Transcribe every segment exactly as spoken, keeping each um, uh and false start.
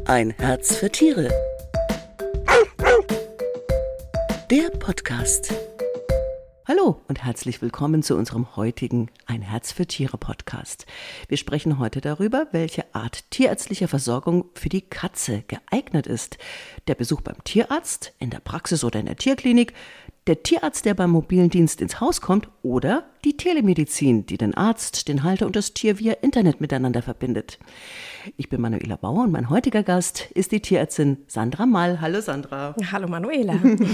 Ein Herz für Tiere. Der Podcast. Hallo und herzlich willkommen zu unserem heutigen Ein Herz für Tiere Podcast. Wir sprechen heute darüber, welche Art tierärztlicher Versorgung für die Katze geeignet ist. Der Besuch beim Tierarzt, in der Praxis oder in der Tierklinik, der Tierarzt, der beim mobilen Dienst ins Haus kommt, oder die Telemedizin, die den Arzt, den Halter und das Tier via Internet miteinander verbindet. Ich bin Manuela Bauer und mein heutiger Gast ist die Tierärztin Sandra Mall. Hallo Sandra. Hallo Manuela.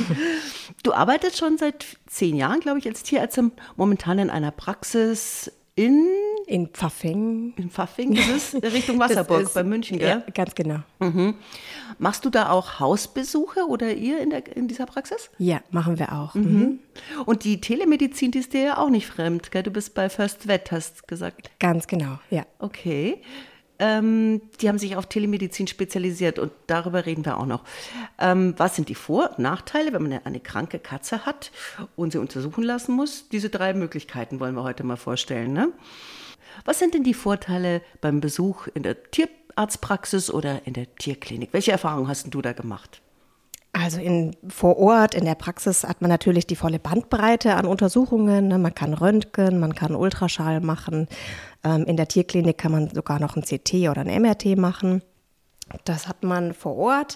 Du arbeitest schon seit zehn Jahren, glaube ich, als Tierärztin, momentan in einer Praxis in... In Pfaffing. In Pfaffing, das ist Richtung Wasserburg ist, bei München, gell? Ja, ganz genau. Mhm. Machst du da auch Hausbesuche oder ihr in, der, in dieser Praxis? Ja, machen wir auch. Mhm. Mhm. Und die Telemedizin, die ist dir ja auch nicht fremd, gell? Du bist bei First Vet, hast gesagt. Ganz genau, ja. Okay. Ähm, die haben sich auf Telemedizin spezialisiert und darüber reden wir auch noch. Ähm, was sind die Vor- und Nachteile, wenn man eine, eine kranke Katze hat und sie untersuchen lassen muss? Diese drei Möglichkeiten wollen wir heute mal vorstellen, ne? Was sind denn die Vorteile beim Besuch in der Tierarztpraxis oder in der Tierklinik? Welche Erfahrungen hast du da gemacht? Also in, vor Ort, in der Praxis hat man natürlich die volle Bandbreite an Untersuchungen. Man kann Röntgen, man kann Ultraschall machen. In der Tierklinik kann man sogar noch ein C T oder ein M R T machen. Das hat man vor Ort.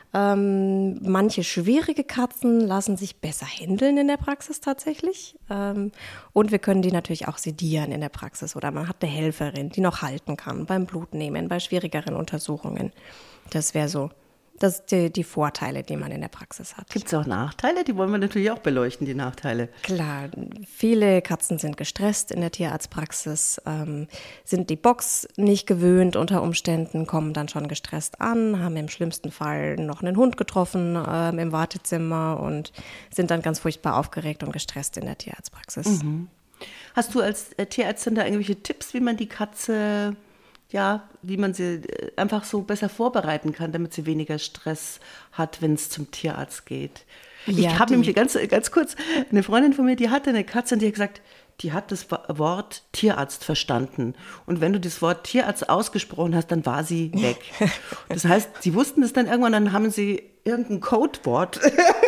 Ähm, manche schwierige Katzen lassen sich besser händeln in der Praxis tatsächlich. Ähm, und wir können die natürlich auch sedieren in der Praxis. Oder man hat eine Helferin, die noch halten kann beim Blutnehmen, bei schwierigeren Untersuchungen. Das wäre so. Das sind die, die Vorteile, die man in der Praxis hat. Gibt es auch Nachteile? Die wollen wir natürlich auch beleuchten, die Nachteile. Klar, viele Katzen sind gestresst in der Tierarztpraxis, ähm, sind die Box nicht gewöhnt unter Umständen, kommen dann schon gestresst an, haben im schlimmsten Fall noch einen Hund getroffen ähm, im Wartezimmer und sind dann ganz furchtbar aufgeregt und gestresst in der Tierarztpraxis. Mhm. Hast du als Tierärztin da irgendwelche Tipps, wie man die Katze... Ja, wie man sie einfach so besser vorbereiten kann, damit sie weniger Stress hat, wenn es zum Tierarzt geht. Ja, ich habe nämlich ganz, ganz kurz, eine Freundin von mir, die hatte eine Katze und die hat gesagt, die hat das Wort Tierarzt verstanden. Und wenn du das Wort Tierarzt ausgesprochen hast, dann war sie weg. Das heißt, sie wussten es dann irgendwann, dann haben sie irgendein Codewort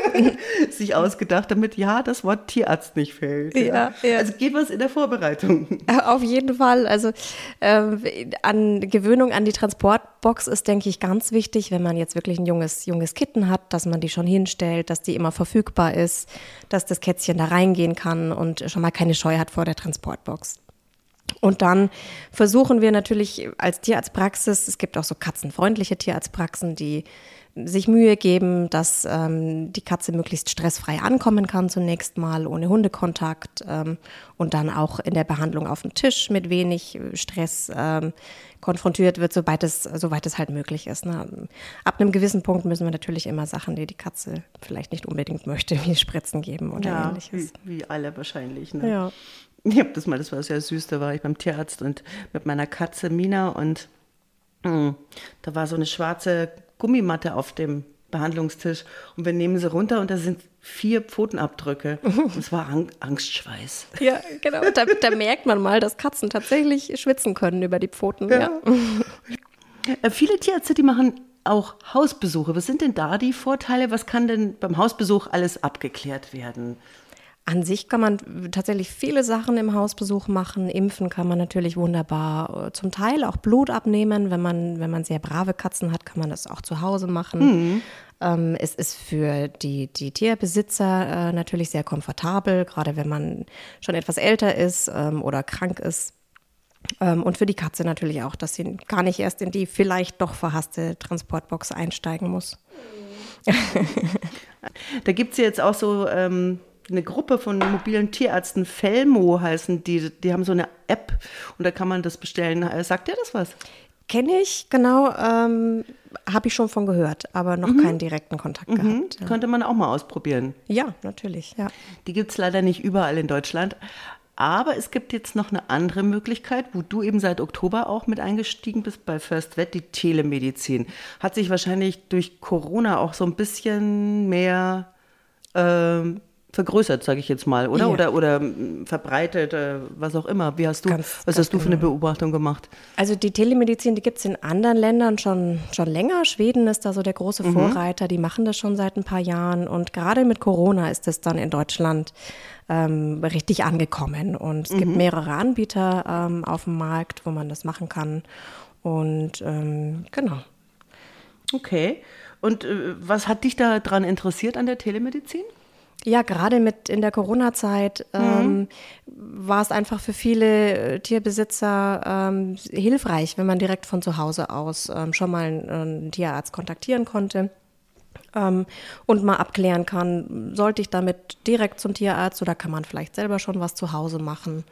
sich ausgedacht, damit ja das Wort Tierarzt nicht fällt. Ja, ja. Ja. Also geht was in der Vorbereitung. Auf jeden Fall. Also ähm, an Gewöhnung an die Transportbox ist, denke ich, ganz wichtig, wenn man jetzt wirklich ein junges, junges Kitten hat, dass man die schon hinstellt, dass die immer verfügbar ist, dass das Kätzchen da reingehen kann und schon mal keine Scheu hat vor der Transportbox. Und dann versuchen wir natürlich als Tierarztpraxis, es gibt auch so katzenfreundliche Tierarztpraxen, die sich Mühe geben, dass ähm, die Katze möglichst stressfrei ankommen kann zunächst mal, ohne Hundekontakt ähm, und dann auch in der Behandlung auf dem Tisch mit wenig Stress ähm, konfrontiert wird, soweit es, soweit es halt möglich ist. Ne? Ab einem gewissen Punkt müssen wir natürlich immer Sachen, die die Katze vielleicht nicht unbedingt möchte, wie Spritzen geben oder ja, ähnliches. Wie, wie alle wahrscheinlich. Ne? Ja. Ich habe das mal, das war sehr süß, da war ich beim Tierarzt und mit meiner Katze Mina und mh, da war so eine schwarze Gummimatte auf dem Behandlungstisch und wir nehmen sie runter und da sind vier Pfotenabdrücke. Das war Ang- Angstschweiß. Ja, genau. Da, da merkt man mal, dass Katzen tatsächlich schwitzen können über die Pfoten. Ja. Ja. Viele Tierärzte, die machen auch Hausbesuche. Was sind denn da die Vorteile? Was kann denn beim Hausbesuch alles abgeklärt werden? An sich kann man tatsächlich viele Sachen im Hausbesuch machen. Impfen kann man natürlich wunderbar. Zum Teil auch Blut abnehmen. Wenn man, wenn man sehr brave Katzen hat, kann man das auch zu Hause machen. Mhm. Ähm, es ist für die, die Tierbesitzer äh, natürlich sehr komfortabel, gerade wenn man schon etwas älter ist ähm, oder krank ist. Ähm, und für die Katze natürlich auch, dass sie gar nicht erst in die vielleicht doch verhasste Transportbox einsteigen muss. Da gibt es ja jetzt auch so... Ähm eine Gruppe von mobilen Tierärzten, Felmo heißen die, die haben so eine App und da kann man das bestellen. Sagt dir das was? Kenne ich, genau, ähm, habe ich schon von gehört, aber noch mhm. keinen direkten Kontakt mhm. gehabt. Ja. Könnte man auch mal ausprobieren. Ja, natürlich, ja. Die gibt es leider nicht überall in Deutschland, aber es gibt jetzt noch eine andere Möglichkeit, wo du eben seit Oktober auch mit eingestiegen bist bei First Vet, die Telemedizin. Hat sich wahrscheinlich durch Corona auch so ein bisschen mehr... Ähm, vergrößert, sage ich jetzt mal, oder? Ja. Oder, oder m, verbreitet, äh, was auch immer. Wie hast du, Ganz- was ganz hast du für eine genau. Beobachtung gemacht? Also die Telemedizin, die gibt es in anderen Ländern schon, schon länger. Schweden ist da so der große Vorreiter, die machen das schon seit ein paar Jahren. Und gerade mit Corona ist es dann in Deutschland ähm, richtig angekommen. Und es gibt mehrere Anbieter ähm, auf dem Markt, wo man das machen kann. Und ähm, genau. Okay. Und äh, was hat dich da dran interessiert an der Telemedizin? Ja, gerade mit in der Corona-Zeit ähm, war es einfach für viele äh, Tierbesitzer ähm, hilfreich, wenn man direkt von zu Hause aus ähm, schon mal einen, einen Tierarzt kontaktieren konnte ähm, und mal abklären kann, sollte ich damit direkt zum Tierarzt oder kann man vielleicht selber schon was zu Hause machen.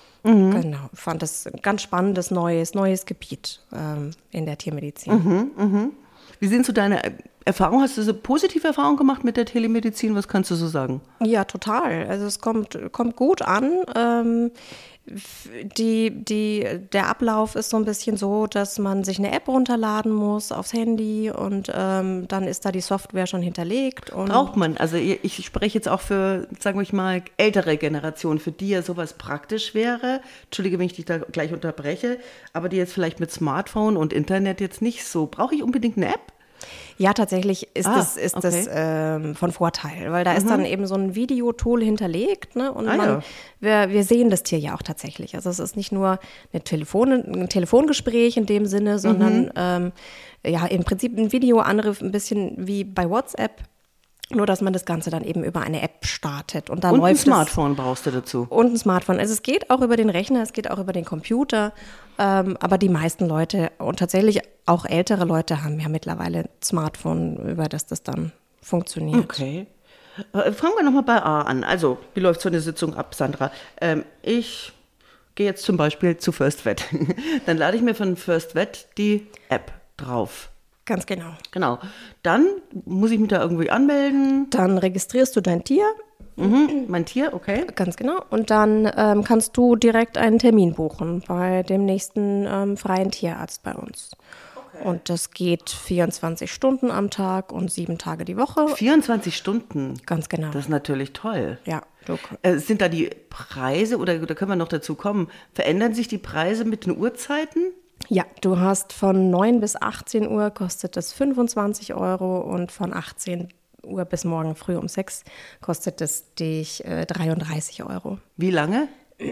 Genau, ich fand das ein ganz spannendes, neues, neues Gebiet ähm, in der Tiermedizin. Wie sind so deine Erfahrungen? Hast du so positive Erfahrungen gemacht mit der Telemedizin? Was kannst du so sagen? Ja, total. Also es kommt, kommt gut an. Ähm, f- die, die, der Ablauf ist so ein bisschen so, dass man sich eine App runterladen muss aufs Handy und ähm, dann ist da die Software schon hinterlegt. Und Braucht man, also ich ich spreche jetzt auch für, sagen wir mal, ältere Generationen, für die ja sowas praktisch wäre. Entschuldige, wenn ich dich da gleich unterbreche, aber die jetzt vielleicht mit Smartphone und Internet jetzt nicht so. Brauche ich unbedingt eine App? ja, tatsächlich ist Ah, das, ist das okay. ähm, von Vorteil, weil da ist dann eben so ein Videotool hinterlegt, ne? Und Ah, man, ja. wir, wir sehen das Tier ja auch tatsächlich. Also es ist nicht nur eine Telefon, ein Telefongespräch in dem Sinne, sondern ähm, ja, im Prinzip ein Videoanruf, ein bisschen wie bei WhatsApp, nur dass man das Ganze dann eben über eine App startet. Und da Und ein läuft es. Smartphone brauchst du dazu. Und ein Smartphone. Also es geht auch über den Rechner, es geht auch über den Computer, ähm, aber die meisten Leute und tatsächlich auch ältere Leute haben ja mittlerweile ein Smartphone, über das das dann funktioniert. Okay. Äh, fangen wir nochmal bei A an. Also, wie läuft so eine Sitzung ab, Sandra? Ähm, ich gehe jetzt zum Beispiel zu First Vet. Dann lade ich mir von First Vet die App drauf. Ganz genau. Genau. Dann muss ich mich da irgendwie anmelden. Dann registrierst du dein Tier, Mhm. Mein Tier, okay. ganz genau, und dann ähm, kannst du direkt einen Termin buchen bei dem nächsten ähm, freien Tierarzt bei uns. Und das geht vierundzwanzig Stunden am Tag und sieben Tage die Woche. vierundzwanzig Stunden. Ganz genau. Das ist natürlich toll. Ja, du, Äh, sind da die Preise, oder da können wir noch dazu kommen, verändern sich die Preise mit den Uhrzeiten? ja, du hast von neun bis achtzehn Uhr kostet es fünfundzwanzig Euro und von achtzehn Uhr bis morgen früh um sechs kostet es dich äh, dreiunddreißig Euro. Wie lange?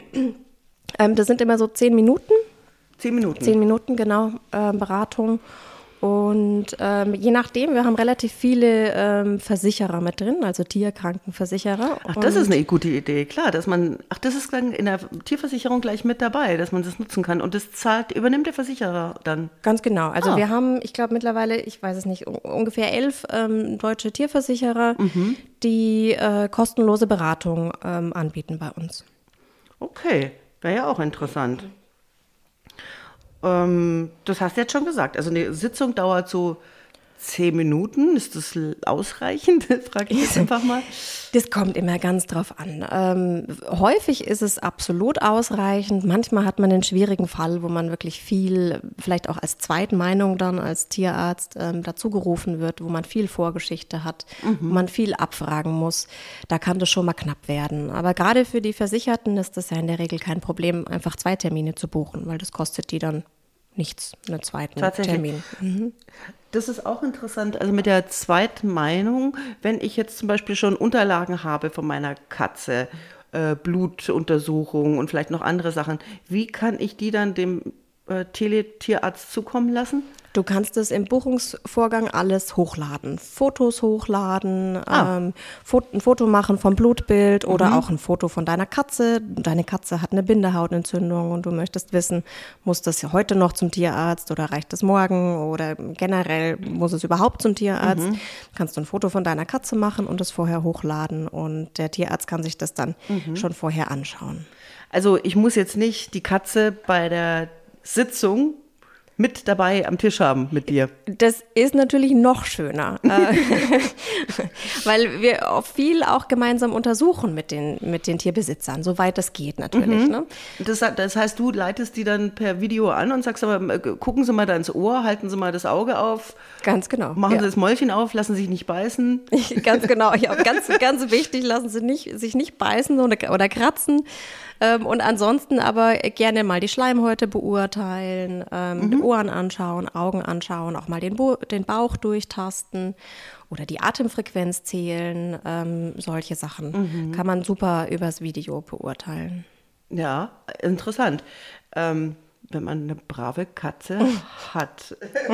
Ähm, das sind immer so zehn Minuten, Zehn Minuten. zehn Minuten genau, äh, Beratung. Und ähm, je nachdem, wir haben relativ viele ähm, Versicherer mit drin, also Tierkrankenversicherer. Ach, das Und ist eine gute Idee, klar, dass man, ach, das ist dann in der Tierversicherung gleich mit dabei, dass man das nutzen kann und das zahlt, übernimmt der Versicherer dann. Ganz genau. Also Ah. wir haben, ich glaube mittlerweile, ich weiß es nicht, un- ungefähr elf ähm, deutsche Tierversicherer, die äh, kostenlose Beratung ähm, anbieten bei uns. Okay, wäre ja auch interessant. Ähm, das hast du jetzt schon gesagt, also eine Sitzung dauert so zehn Minuten, ist das l- ausreichend? Frage ich jetzt einfach mal. Das kommt immer ganz drauf an. Ähm, häufig ist es absolut ausreichend. Manchmal hat man einen schwierigen Fall, wo man wirklich viel, vielleicht auch als Zweitmeinung dann als Tierarzt ähm, dazugerufen wird, wo man viel Vorgeschichte hat, wo man viel abfragen muss. Da kann das schon mal knapp werden. Aber gerade für die Versicherten ist das ja in der Regel kein Problem, einfach zwei Termine zu buchen, weil das kostet die dann nichts, einen zweiten Tatsächlich. Termin. Mhm. Das ist auch interessant, also mit der Zweitmeinung, wenn ich jetzt zum Beispiel schon Unterlagen habe von meiner Katze, äh, Blutuntersuchungen und vielleicht noch andere Sachen, wie kann ich die dann dem äh, Teletierarzt zukommen lassen? Du kannst es im Buchungsvorgang alles hochladen. Fotos hochladen, Ah. ähm, Fo- ein Foto machen vom Blutbild oder auch ein Foto von deiner Katze. Deine Katze hat eine Bindehautentzündung und du möchtest wissen, muss das heute noch zum Tierarzt oder reicht es morgen oder generell muss es überhaupt zum Tierarzt? Kannst du ein Foto von deiner Katze machen und es vorher hochladen und der Tierarzt kann sich das dann schon vorher anschauen. Also ich muss jetzt nicht die Katze bei der Sitzung mit dabei am Tisch haben mit dir. Das ist natürlich noch schöner, äh, weil wir auch viel auch gemeinsam untersuchen mit den, mit den Tierbesitzern, soweit das geht natürlich. Mhm. Ne? Das, das heißt, du leitest die dann per Video an und sagst aber, gucken Sie mal da ins Ohr, halten Sie mal das Auge auf. Ganz genau. Machen ja. Sie das Mäulchen auf, lassen Sie sich nicht beißen. Ganz genau, ja, ganz, ganz wichtig, lassen Sie nicht, sich nicht beißen oder, oder kratzen. Ähm, und ansonsten aber gerne mal die Schleimhäute beurteilen, ähm, mhm. die Ohren anschauen, Augen anschauen, auch mal den, Bo- den Bauch durchtasten oder die Atemfrequenz zählen. Ähm, solche Sachen mhm. kann man super übers Video beurteilen. Ja, interessant. Ähm, wenn man eine brave Katze hat.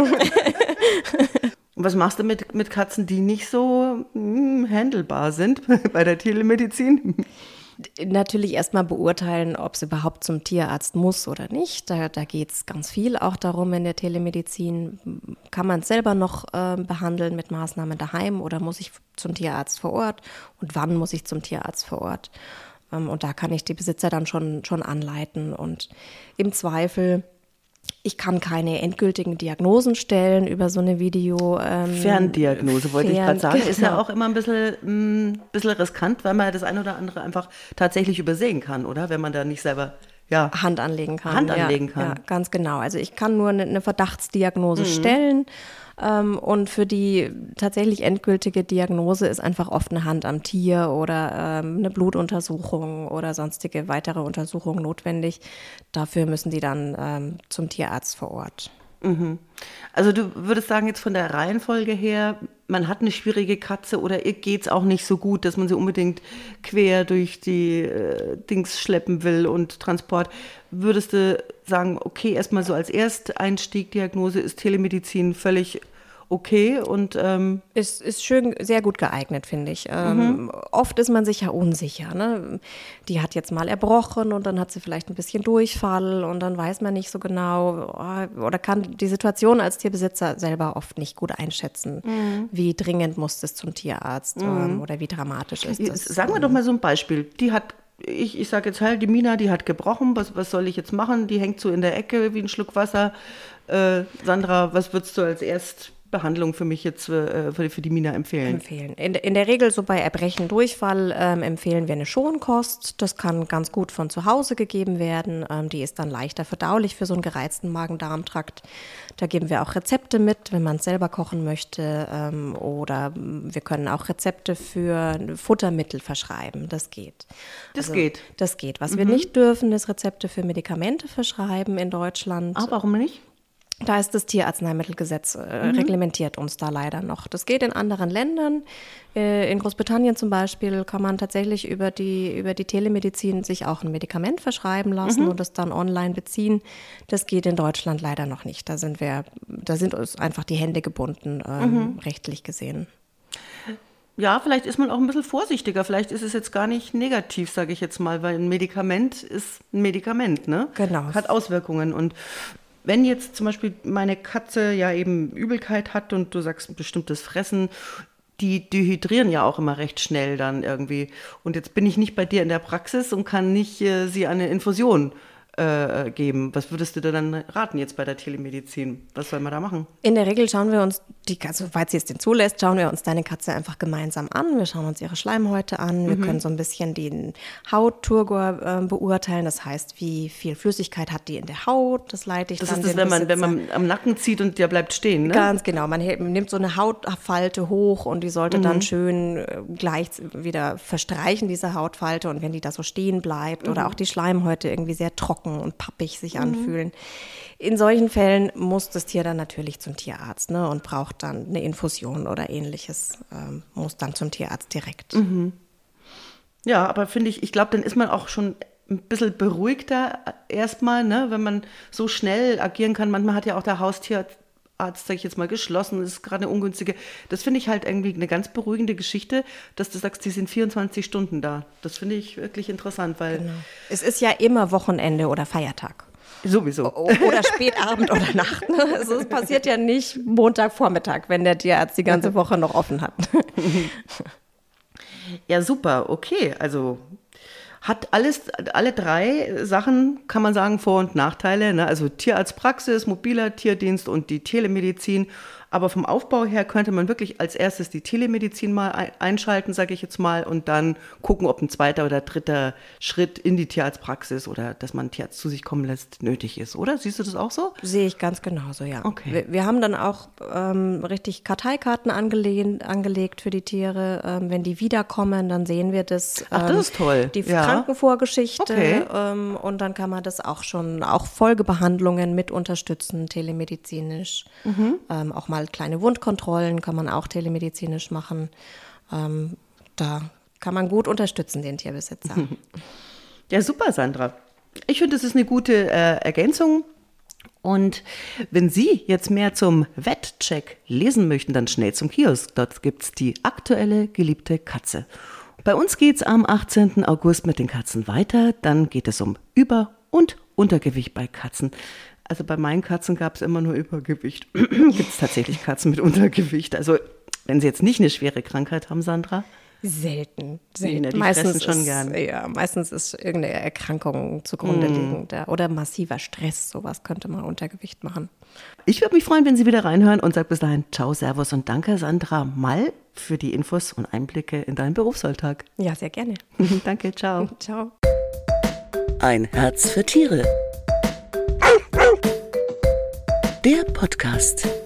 Und was machst du mit, mit Katzen, die nicht so mh, handelbar sind bei der Telemedizin? Natürlich erstmal beurteilen, ob es überhaupt zum Tierarzt muss oder nicht. Da, da geht es ganz viel auch darum in der Telemedizin. Kann man es selber noch äh, behandeln mit Maßnahmen daheim oder muss ich zum Tierarzt vor Ort? Und wann muss ich zum Tierarzt vor Ort? Ähm, und da kann ich die Besitzer dann schon, schon anleiten. Und im Zweifel, ich kann keine endgültigen Diagnosen stellen über so eine Video. Ähm, Ferndiagnose, wollte Fern, ich gerade sagen. Genau. Ist ja auch immer ein bisschen, ein bisschen riskant, weil man das eine oder andere einfach tatsächlich übersehen kann, oder? Wenn man da nicht selber ja, Hand anlegen kann. Hand anlegen ja, kann. Ja, ganz genau. Also ich kann nur eine, eine Verdachtsdiagnose mhm. stellen. Ähm, und für die tatsächlich endgültige Diagnose ist einfach oft eine Hand am Tier oder ähm, eine Blutuntersuchung oder sonstige weitere Untersuchungen notwendig. Dafür müssen die dann ähm, zum Tierarzt vor Ort. Mhm. Also du würdest sagen, jetzt von der Reihenfolge her, man hat eine schwierige Katze oder ihr geht's auch nicht so gut, dass man sie unbedingt quer durch die äh, Dings schleppen will und Transport. Würdest du sagen, okay, erstmal so als Ersteinstieg-Diagnose ist Telemedizin völlig okay und ähm ist, ist schön, sehr gut geeignet, finde ich. Ähm, mhm. Oft ist man sich ja unsicher. Ne? Die hat jetzt mal erbrochen und dann hat sie vielleicht ein bisschen Durchfall und dann weiß man nicht so genau oder kann die Situation als Tierbesitzer selber oft nicht gut einschätzen. Mhm. Wie dringend muss das zum Tierarzt mhm. ähm, oder wie dramatisch ist das? Sagen wir doch mal so ein Beispiel. Die hat Ich, ich sage jetzt halt, die Mina, die hat gebrochen, was, was soll ich jetzt machen? Die hängt so in der Ecke wie ein Schluck Wasser. Äh, Sandra, was würdest du als Erstbehandlung für mich jetzt äh, für, für die Mina empfehlen? Empfehlen. In, in der Regel so bei Erbrechen, Durchfall ähm, empfehlen wir eine Schonkost. Das kann ganz gut von zu Hause gegeben werden. Ähm, die ist dann leichter verdaulich für so einen gereizten Magen-Darm-Trakt. Da geben wir auch Rezepte mit, wenn man es selber kochen möchte. Ähm, oder wir können auch Rezepte für Futtermittel verschreiben. Das geht. Das also, geht? Das geht. Was mhm. wir nicht dürfen, ist Rezepte für Medikamente verschreiben in Deutschland. Ah, warum nicht? Da ist das Tierarzneimittelgesetz äh, mhm. reglementiert uns da leider noch. Das geht in anderen Ländern. Äh, in Großbritannien zum Beispiel kann man tatsächlich über die, über die Telemedizin sich auch ein Medikament verschreiben lassen mhm. und das dann online beziehen. Das geht in Deutschland leider noch nicht. Da sind wir, da sind uns einfach die Hände gebunden, ähm, mhm. rechtlich gesehen. Ja, vielleicht ist man auch ein bisschen vorsichtiger. Vielleicht ist es jetzt gar nicht negativ, sage ich jetzt mal, weil ein Medikament ist ein Medikament, ne? Genau. Hat Auswirkungen. Und wenn jetzt zum Beispiel meine Katze ja eben Übelkeit hat und du sagst ein bestimmtes Fressen, die dehydrieren ja auch immer recht schnell dann irgendwie. Und jetzt bin ich nicht bei dir in der Praxis und kann nicht äh, sie eine Infusion äh, geben. Was würdest du dir dann raten jetzt bei der Telemedizin? Was soll man da machen? In der Regel schauen wir uns, die Katze, falls sie es denn zulässt, schauen wir uns deine Katze einfach gemeinsam an. Wir schauen uns ihre Schleimhäute an. Wir mhm. können so ein bisschen den Hautturgor äh, beurteilen. Das heißt, wie viel Flüssigkeit hat die in der Haut? Das leite ich das dann ist das, wenn man, wenn man am Nacken zieht und der bleibt stehen, ne? Ganz genau. Man nimmt so eine Hautfalte hoch und die sollte mhm. dann schön äh, gleich wieder verstreichen, diese Hautfalte. Und wenn die da so stehen bleibt mhm. oder auch die Schleimhäute irgendwie sehr trocken und pappig sich mhm. anfühlen. In solchen Fällen muss das Tier dann natürlich zum Tierarzt, ne, und braucht dann eine Infusion oder ähnliches, ähm, muss dann zum Tierarzt direkt. Mhm. Ja, aber finde ich, ich glaube, dann ist man auch schon ein bisschen beruhigter erstmal, ne, wenn man so schnell agieren kann. Manchmal hat ja auch der Haustierarzt, sage ich jetzt mal, geschlossen, das ist gerade eine ungünstige. Das finde ich halt irgendwie eine ganz beruhigende Geschichte, dass du sagst, die sind vierundzwanzig Stunden da. Das finde ich wirklich interessant, weil genau. Es ist ja immer Wochenende oder Feiertag. Sowieso. Oder Spätabend oder Nacht. Ne? Also es passiert ja nicht Montagvormittag, wenn der Tierarzt die ganze Woche noch offen hat. Ja, super, okay. Also hat alles, alle drei Sachen, kann man sagen, Vor- und Nachteile. Ne? Also Tierarztpraxis, mobiler Tierdienst und die Telemedizin. Aber vom Aufbau her könnte man wirklich als erstes die Telemedizin mal einschalten, sage ich jetzt mal, und dann gucken, ob ein zweiter oder dritter Schritt in die Tierarztpraxis oder dass man einen Tierarzt zu sich kommen lässt, nötig ist, oder? Siehst du das auch so? Sehe ich ganz genauso, ja. Okay. Wir, wir haben dann auch ähm, richtig Karteikarten angelegt, angelegt für die Tiere. Ähm, wenn die wiederkommen, dann sehen wir das. Ähm, Ach, das ist toll. Die ja. Krankenvorgeschichte. Okay. Ähm, und dann kann man das auch schon, auch Folgebehandlungen mit unterstützen, telemedizinisch. Mhm. Ähm, auch mal kleine Wundkontrollen kann man auch telemedizinisch machen. Ähm, da kann man gut unterstützen, den Tierbesitzer. Ja, super, Sandra. Ich finde, das ist eine gute äh, Ergänzung. Und wenn Sie jetzt mehr zum Vetcheck lesen möchten, dann schnell zum Kiosk. Dort gibt es die aktuelle geliebte Katze. Bei uns geht es am achtzehnten August mit den Katzen weiter. Dann geht es um Über- und Untergewicht bei Katzen. Also bei meinen Katzen gab es immer nur Übergewicht. Gibt es tatsächlich Katzen mit Untergewicht? Also wenn Sie jetzt nicht eine schwere Krankheit haben, Sandra? Selten, selten. Nee, ne, die meistens fressen schon ist, gern. Ja, meistens ist irgendeine Erkrankung zugrunde mm. liegend oder massiver Stress. Sowas könnte mal Untergewicht machen. Ich würde mich freuen, wenn Sie wieder reinhören und sage bis dahin Ciao, Servus und danke, Sandra Mall, für die Infos und Einblicke in deinen Berufsalltag. Ja, sehr gerne. Danke, ciao. Ciao. Ein Herz für Tiere. Der Podcast.